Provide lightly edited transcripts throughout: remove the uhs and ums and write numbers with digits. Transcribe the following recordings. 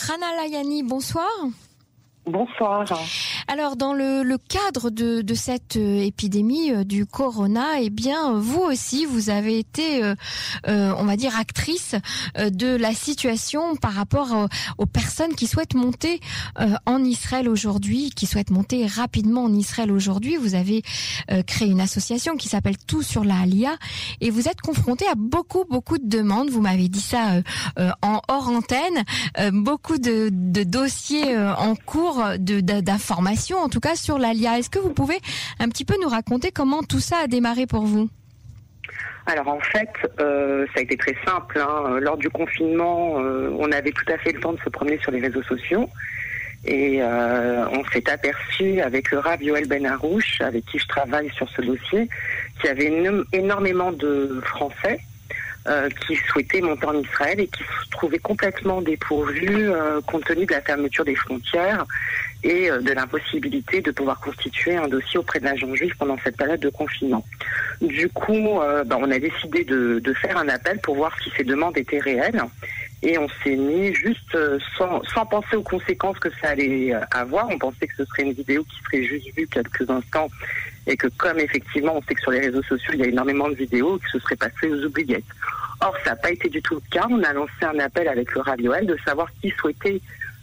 Rana Layani, bonsoir. Bonsoir. Alors, dans le cadre de cette épidémie du corona, eh bien, vous aussi, vous avez été, on va dire, actrice de la situation par rapport aux personnes qui souhaitent monter en Israël aujourd'hui, qui souhaitent monter rapidement en Israël aujourd'hui. Vous avez créé une association qui s'appelle Tout sur la Aliyah et vous êtes confronté à beaucoup de demandes. Vous m'avez dit ça en hors antenne, beaucoup de dossiers en cours d'informations, en tout cas sur l'Aliyah. Est-ce que vous pouvez un petit peu nous raconter comment tout ça a démarré pour vous ? Alors en fait, ça a été très simple. Lors du confinement, on avait tout à fait le temps de se promener sur les réseaux sociaux. Et on s'est aperçu avec le Rav Yoel Ben Harouche, avec qui je travaille sur ce dossier, qu'il y avait énormément de Français qui souhaitaient monter en Israël et qui se trouvaient complètement dépourvus compte tenu de la fermeture des frontières et de l'impossibilité de pouvoir constituer un dossier auprès de l'agent juif pendant cette période de confinement. Du coup, on a décidé de faire un appel pour voir si ces demandes étaient réelles et on s'est mis juste sans penser aux conséquences que ça allait avoir. On pensait que ce serait une vidéo qui serait juste vue quelques instants et que comme effectivement on sait que sur les réseaux sociaux il y a énormément de vidéos, que ce serait passé aux oubliettes. Or, ça n'a pas été du tout le cas. On a lancé un appel avec le Rav Yoel de savoir qui souhaitait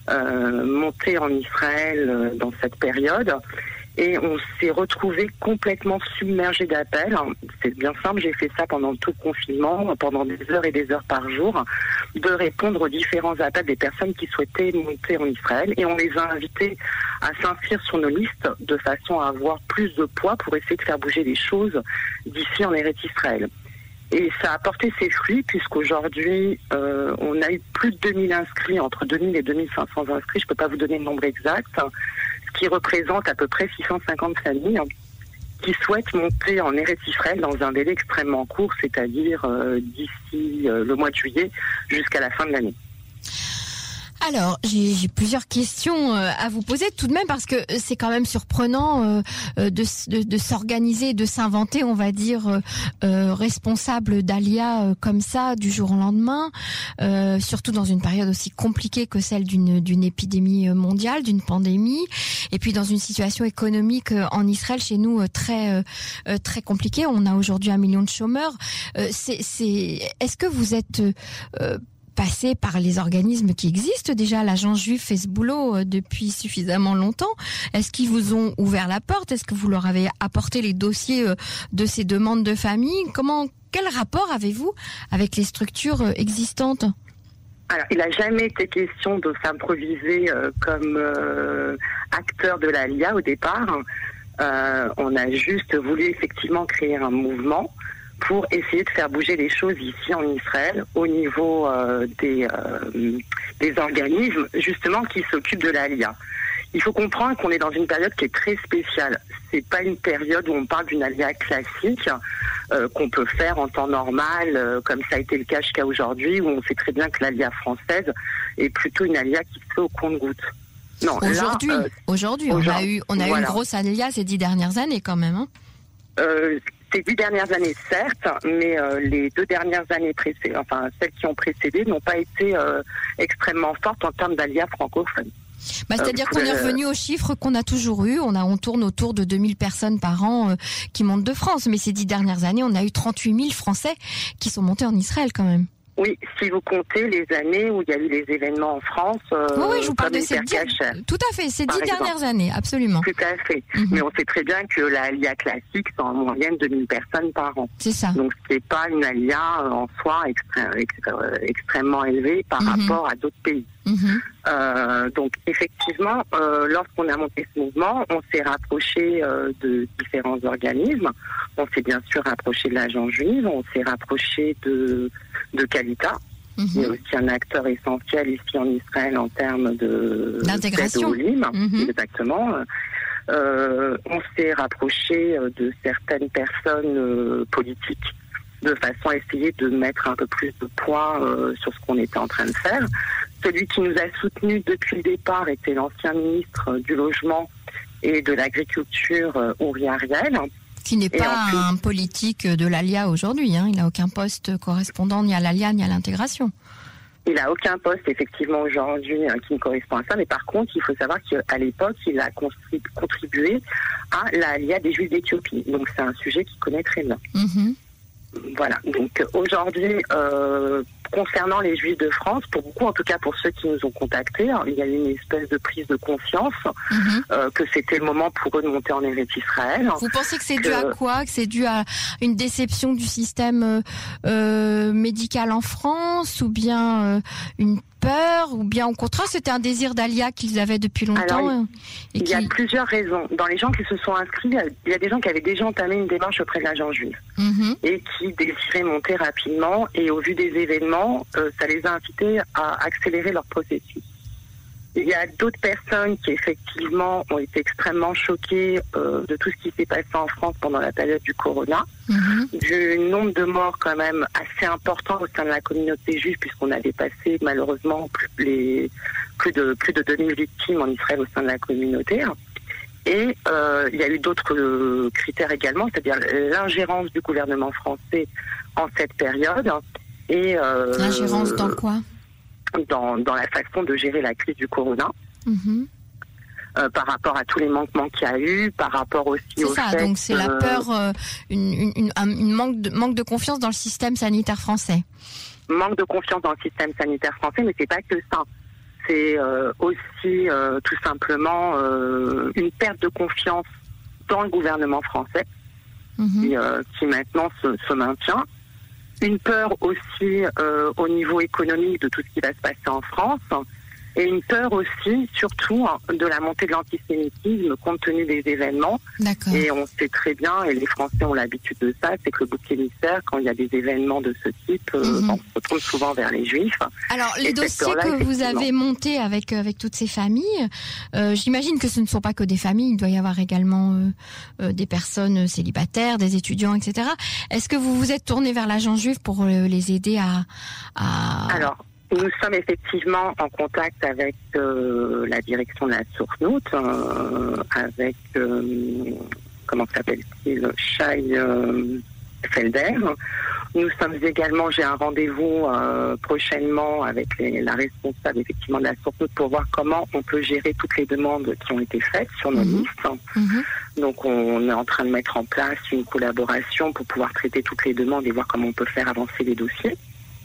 monter en Israël dans cette période. Et on s'est retrouvé complètement submergé d'appels. C'est bien simple, j'ai fait ça pendant tout le confinement, pendant des heures et des heures par jour, de répondre aux différents appels des personnes qui souhaitaient monter en Israël. Et on les a invités à s'inscrire sur nos listes de façon à avoir plus de poids pour essayer de faire bouger les choses d'ici en Eretz Israël. Et ça a porté ses fruits puisqu'aujourd'hui, on a eu plus de 2000 inscrits, entre 2000 et 2500 inscrits, je ne peux pas vous donner le nombre exact, ce qui représente à peu près 650 familles qui souhaitent monter en Eretz Israël dans un délai extrêmement court, c'est-à-dire d'ici le mois de juillet jusqu'à la fin de l'année. Alors, j'ai plusieurs questions à vous poser tout de même parce que c'est quand même surprenant de s'organiser, de s'inventer, on va dire, responsable d'Aliyah comme ça du jour au lendemain, surtout dans une période aussi compliquée que celle d'une épidémie mondiale, d'une pandémie, et puis dans une situation économique en Israël chez nous très compliquée. On a aujourd'hui 1 million de chômeurs. Est-ce que vous êtes passé par les organismes qui existent déjà? L'agent juif fait ce boulot depuis suffisamment longtemps. Est-ce qu'ils vous ont ouvert la porte? Est-ce que vous leur avez apporté les dossiers de ces demandes de famille? Quel rapport avez-vous avec les structures existantes? Alors, il n'a jamais été question de s'improviser comme acteur de l'Aliyah au départ. On a juste voulu effectivement créer un mouvement pour essayer de faire bouger les choses ici en Israël au niveau des organismes justement qui s'occupent de l'Aliyah. Il faut comprendre qu'on est dans une période qui est très spéciale. C'est pas une période où on parle d'une Aliyah classique qu'on peut faire en temps normal, comme ça a été le cas jusqu'à aujourd'hui, où on sait très bien que l'Aliyah française est plutôt une Aliyah qui se fait au compte-gouttes. Non, aujourd'hui, on a eu une grosse Aliyah ces 10 dernières années quand même. Hein. Ces 10 dernières années, certes, mais les 2 dernières années précédentes, enfin celles qui ont précédé, n'ont pas été extrêmement fortes en termes d'Aliyah francophone. C'est-à-dire qu'on est revenu aux chiffres qu'on a toujours eu. On tourne autour de 2000 personnes par an qui montent de France. Mais ces 10 dernières années, on a eu 38 000 Français qui sont montés en Israël quand même. Oui, si vous comptez les années où il y a eu les événements en France, oui, je vous parle de ces 10, tout à fait, ces 10 dernières années, absolument. Tout à fait. Mais on sait très bien que la Aliyah classique, c'est en moyenne 2000 personnes par an. C'est ça. Donc ce n'est pas une Aliyah en soi extrêmement élevée par rapport à d'autres pays. Donc effectivement, lorsqu'on a monté ce mouvement, on s'est rapproché de différents organismes. On s'est bien sûr rapproché de l'agent juif, on s'est rapproché de Kalita, qui est aussi un acteur essentiel ici en Israël en termes d'intégration. Exactement. On s'est rapproché de certaines personnes politiques de façon à essayer de mettre un peu plus de poids sur ce qu'on était en train de faire. Celui qui nous a soutenus depuis le départ était l'ancien ministre du Logement et de l'Agriculture, Uri Ariel. Qui n'est pas un politique de l'Aliyah aujourd'hui. Il n'a aucun poste correspondant ni à l'Aliyah ni à l'intégration. Il n'a aucun poste, effectivement, aujourd'hui qui ne correspond à ça. Mais par contre, il faut savoir qu'à l'époque, il a contribué à l'Aliyah des Juifs d'Éthiopie. Donc, c'est un sujet qu'il connaît très bien. Voilà. Donc, aujourd'hui, concernant les Juifs de France, pour beaucoup, en tout cas pour ceux qui nous ont contactés, il y a eu une espèce de prise de conscience que c'était le moment pour eux de monter en Eretz Israël. Vous pensez que c'est dû à quoi? Que c'est dû à une déception du système médical en France, ou bien une peur, ou bien au contraire c'était un désir d'Aliyah qu'ils avaient depuis longtemps? Alors, il y a plusieurs raisons. Dans les gens qui se sont inscrits, il y a des gens qui avaient déjà entamé une démarche auprès de l'agent juif et qui désiraient monter rapidement, et au vu des événements, ça les a incités à accélérer leur processus. Il y a d'autres personnes qui effectivement ont été extrêmement choquées de tout ce qui s'est passé en France pendant la période du corona, du nombre de morts quand même assez important au sein de la communauté juive, puisqu'on a dépassé malheureusement plus de 2000 victimes en Israël au sein de la communauté. Et il y a eu d'autres critères également, c'est-à-dire l'ingérence du gouvernement français en cette période. Et l'ingérence dans quoi? Dans la façon de gérer la crise du corona, par rapport à tous les manquements qu'il y a eu, par rapport aussi au fait... donc c'est la peur, une manque de confiance dans le système sanitaire français. Manque de confiance dans le système sanitaire français, mais c'est pas que ça. C'est aussi tout simplement une perte de confiance dans le gouvernement français, qui maintenant se maintient. Une peur aussi au niveau économique de tout ce qui va se passer en France, et une peur aussi, surtout, de la montée de l'antisémitisme compte tenu des événements. D'accord. Et on sait très bien, et les Français ont l'habitude de ça, c'est que le bouc émissaire, quand il y a des événements de ce type, on se retourne souvent vers les Juifs. Alors, les dossiers que vous avez montés avec toutes ces familles, j'imagine que ce ne sont pas que des familles, il doit y avoir également des personnes célibataires, des étudiants, etc. Est-ce que vous vous êtes tourné vers l'agent juif pour les aider à... Alors, nous sommes effectivement en contact avec la direction de la Sournout, avec, comment s'appelle-t-il, Shai Felder. Nous sommes également, j'ai un rendez-vous prochainement avec la responsable effectivement de la Sournout pour voir comment on peut gérer toutes les demandes qui ont été faites sur nos listes. Donc on est en train de mettre en place une collaboration pour pouvoir traiter toutes les demandes et voir comment on peut faire avancer les dossiers.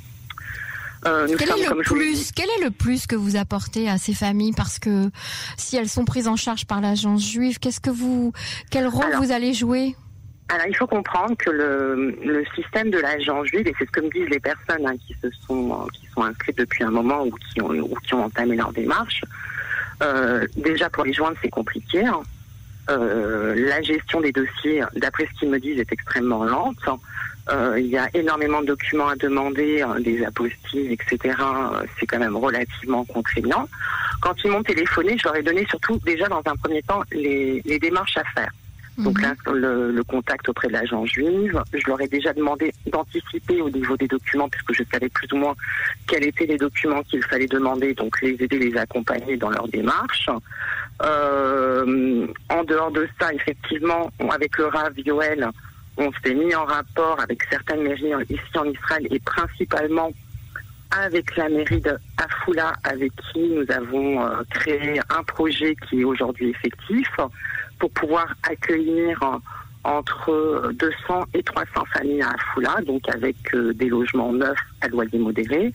Quel est le plus que vous apportez à ces familles? Parce que si elles sont prises en charge par l'agence juive, quel rôle vous allez jouer? Alors, il faut comprendre que le système de l'agence juive, et c'est ce que me disent les personnes qui sont inscrites depuis un moment ou qui ont entamé leur démarche, déjà pour les joindre, c'est compliqué. La gestion des dossiers, d'après ce qu'ils me disent, est extrêmement lente. Il y a énormément de documents à demander, des apostilles, etc. C'est quand même relativement contraignant. Quand ils m'ont téléphoné, je leur ai donné surtout déjà dans un premier temps les démarches à faire. Donc là, le contact auprès de l'agence juive, je leur ai déjà demandé d'anticiper au niveau des documents, puisque je savais plus ou moins quels étaient les documents qu'il fallait demander, donc les aider, les accompagner dans leur démarche. En dehors de ça, effectivement, avec le Rav Yoel, on s'est mis en rapport avec certaines mairies ici en Israël et principalement avec la mairie de Afula, avec qui nous avons créé un projet qui est aujourd'hui effectif pour pouvoir accueillir entre 200 et 300 familles à Afula, donc avec des logements neufs à loyer modéré,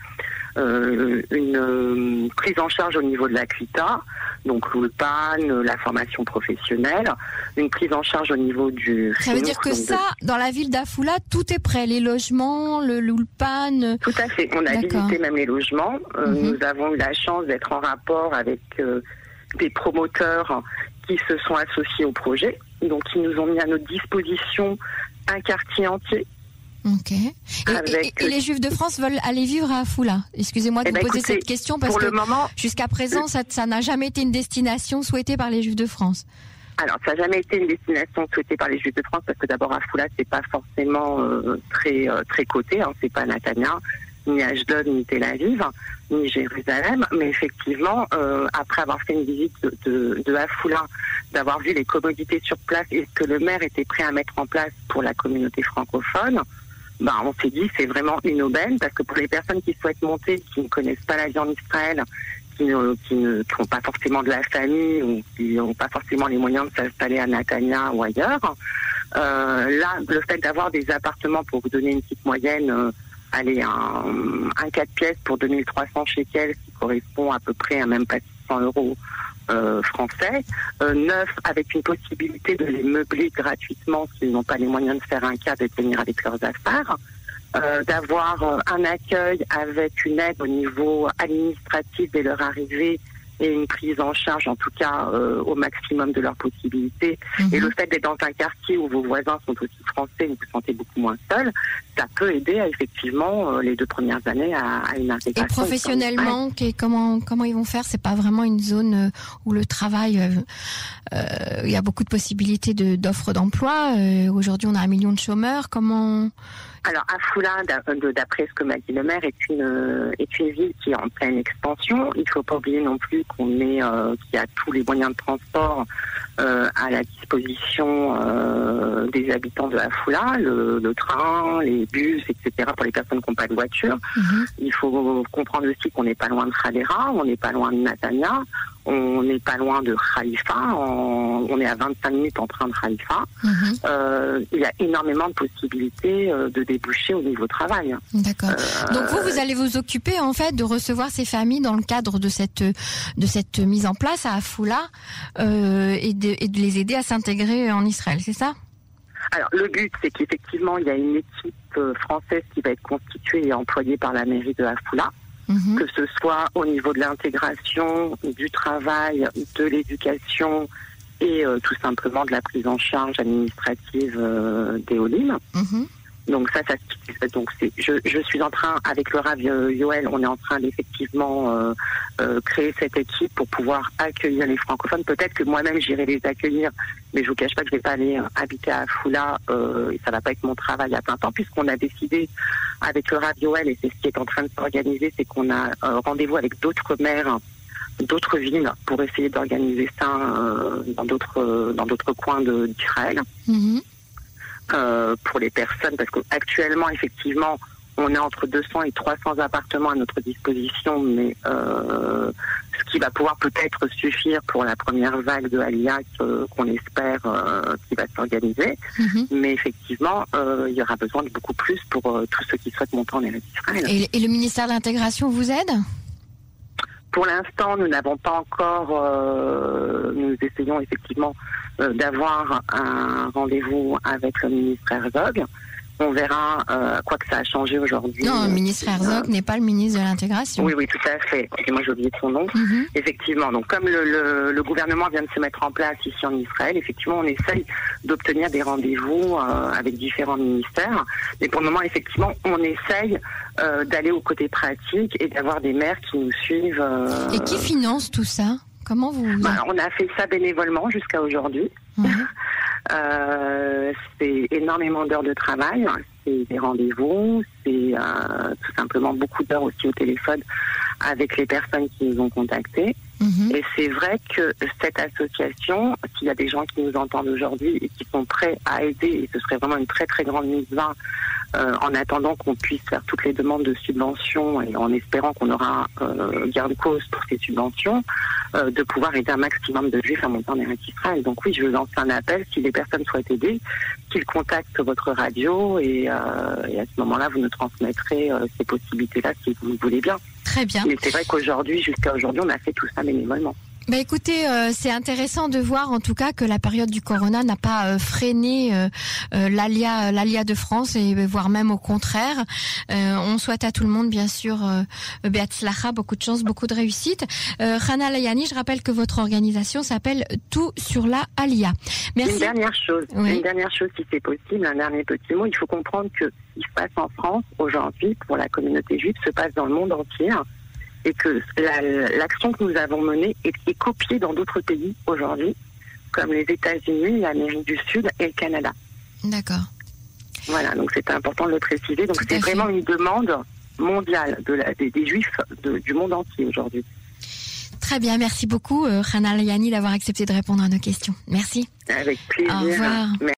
une prise en charge au niveau de la CLITA, donc l'ULPAN, la formation professionnelle, une prise en charge au niveau du... Ça veut dire que dans la ville d'Afula, tout est prêt, les logements, l'ULPAN... Tout à fait, on a visité même les logements. Nous avons eu la chance d'être en rapport avec des promoteurs qui se sont associés au projet, donc ils nous ont mis à notre disposition un quartier entier. Ok. Et les Juifs de France veulent aller vivre à Afula? Excusez-moi de vous poser cette question parce que jusqu'à présent, ça n'a jamais été une destination souhaitée par les Juifs de France. Alors, ça n'a jamais été une destination souhaitée par les Juifs de France parce que d'abord, Afula, c'est pas forcément très coté, c'est pas Netanya, ni Ashdod, ni Tel Aviv, ni Jérusalem. Mais effectivement, après avoir fait une visite de Afula, d'avoir vu les commodités sur place et ce que le maire était prêt à mettre en place pour la communauté francophone, on s'est dit c'est vraiment une aubaine, parce que pour les personnes qui souhaitent monter, qui ne connaissent pas la vie en Israël, qui n'ont pas forcément de la famille ou qui n'ont pas forcément les moyens de s'installer à Netanya ou ailleurs, là, le fait d'avoir des appartements, pour vous donner une petite moyenne, un 4 pièces pour 2300 shekels, qui correspond à peu près à même pas 600 euros français, neuf, avec une possibilité de les meubler gratuitement s'ils n'ont pas les moyens de faire un cadre et de venir avec leurs affaires, d'avoir un accueil avec une aide au niveau administratif dès leur arrivée et une prise en charge, en tout cas au maximum de leurs possibilités. Et le fait d'être dans un quartier où vos voisins sont aussi français, vous vous sentez beaucoup moins seul, ça peut aider à, effectivement les 2 premières années à une intégration. Et professionnellement, comment ils vont faire? C'est pas vraiment une zone où le travail, il y a beaucoup de possibilités d'offres d'emploi. Aujourd'hui, on a 1 million de chômeurs. Comment? Alors, Afula, d'après ce que m'a dit le maire, est une ville qui est en pleine expansion. Il ne faut pas oublier non plus qu'il y a tous les moyens de transport à la disposition des habitants de Afula, le train, les bus, etc. pour les personnes qui n'ont pas de voiture. Il faut comprendre aussi qu'on n'est pas loin de Hadera, on n'est pas loin de Netanya, on n'est pas loin de Haïfa, on est à 25 minutes en train de Haïfa. Il y a énormément de possibilités de déboucher au niveau travail. D'accord. Donc vous allez vous occuper en fait de recevoir ces familles dans le cadre de cette mise en place à Afula et de les aider à s'intégrer en Israël, c'est ça? Alors le but, c'est qu'effectivement il y a une équipe française qui va être constituée et employée par la mairie de Afula. Que ce soit au niveau de l'intégration, du travail, de l'éducation et tout simplement de la prise en charge administrative des Olim. Donc je suis en train, avec le Rav Yoel, on est en train d'effectivement créer cette équipe pour pouvoir accueillir les francophones. Peut-être que moi-même j'irai les accueillir, mais je vous cache pas que je vais pas aller habiter à Afula et ça va pas être mon travail à plein temps, puisqu'on a décidé avec le Rav Yoel, et c'est ce qui est en train de s'organiser, c'est qu'on a rendez-vous avec d'autres maires d'autres villes pour essayer d'organiser ça dans d'autres coins d'Israël. Pour les personnes, parce qu'actuellement, effectivement, on est entre 200 et 300 appartements à notre disposition, mais ce qui va pouvoir peut-être suffire pour la première vague de Aliyah qu'on espère qui va s'organiser. Mais effectivement, il y aura besoin de beaucoup plus pour tous ceux qui souhaitent monter en Israël. Et le ministère de l'Intégration vous aide ? Pour l'instant, nous n'avons pas encore... nous essayons effectivement d'avoir un rendez-vous avec le ministre Herzog. On verra quoi que ça a changé aujourd'hui. Non, le ministre Herzog n'est pas le ministre de l'Intégration. Oui, tout à fait. Et moi, j'ai oublié son nom. Effectivement. Donc, comme le gouvernement vient de se mettre en place ici en Israël, effectivement, on essaye d'obtenir des rendez-vous avec différents ministères. Mais pour le moment, effectivement, on essaye d'aller au côté pratique et d'avoir des maires qui nous suivent. Et qui finance tout ça ? Comment vous... on a fait ça bénévolement jusqu'à aujourd'hui. C'est énormément d'heures de travail, c'est des rendez-vous, c'est tout simplement beaucoup d'heures aussi au téléphone avec les personnes qui nous ont contactés. Et c'est vrai que cette association, s'il y a des gens qui nous entendent aujourd'hui et qui sont prêts à aider, et ce serait vraiment une très très grande mise-main en attendant qu'on puisse faire toutes les demandes de subventions et en espérant qu'on aura gain de cause pour ces subventions, de pouvoir aider un maximum de juifs à monter en Israël. Donc oui, je veux lancer un appel, si les personnes souhaitent aider, qu'ils contactent votre radio et à ce moment-là, vous nous transmettrez ces possibilités-là si vous le voulez bien. Très bien. Mais c'est vrai jusqu'à aujourd'hui, on a fait tout ça bénévolement. Écoutez, c'est intéressant de voir en tout cas que la période du corona n'a pas freiné l'Aliyah de France, et voire même au contraire. On souhaite à tout le monde, bien sûr, Be'atzlacha, beaucoup de chance, beaucoup de réussite. Hana Layani, je rappelle que votre organisation s'appelle Tout sur la Aliyah. Merci. Une dernière chose, si c'est possible, un dernier petit mot. Il faut comprendre que ce qui se passe en France aujourd'hui pour la communauté juive se passe dans le monde entier. Et que l'action que nous avons menée est copiée dans d'autres pays aujourd'hui, comme les États-Unis, l'Amérique du Sud et le Canada. D'accord. Voilà, donc c'est important de le préciser. Donc c'est vraiment une demande mondiale des Juifs du monde entier aujourd'hui. Très bien, merci beaucoup Hana Layani d'avoir accepté de répondre à nos questions. Merci. Avec plaisir. Au revoir. Merci.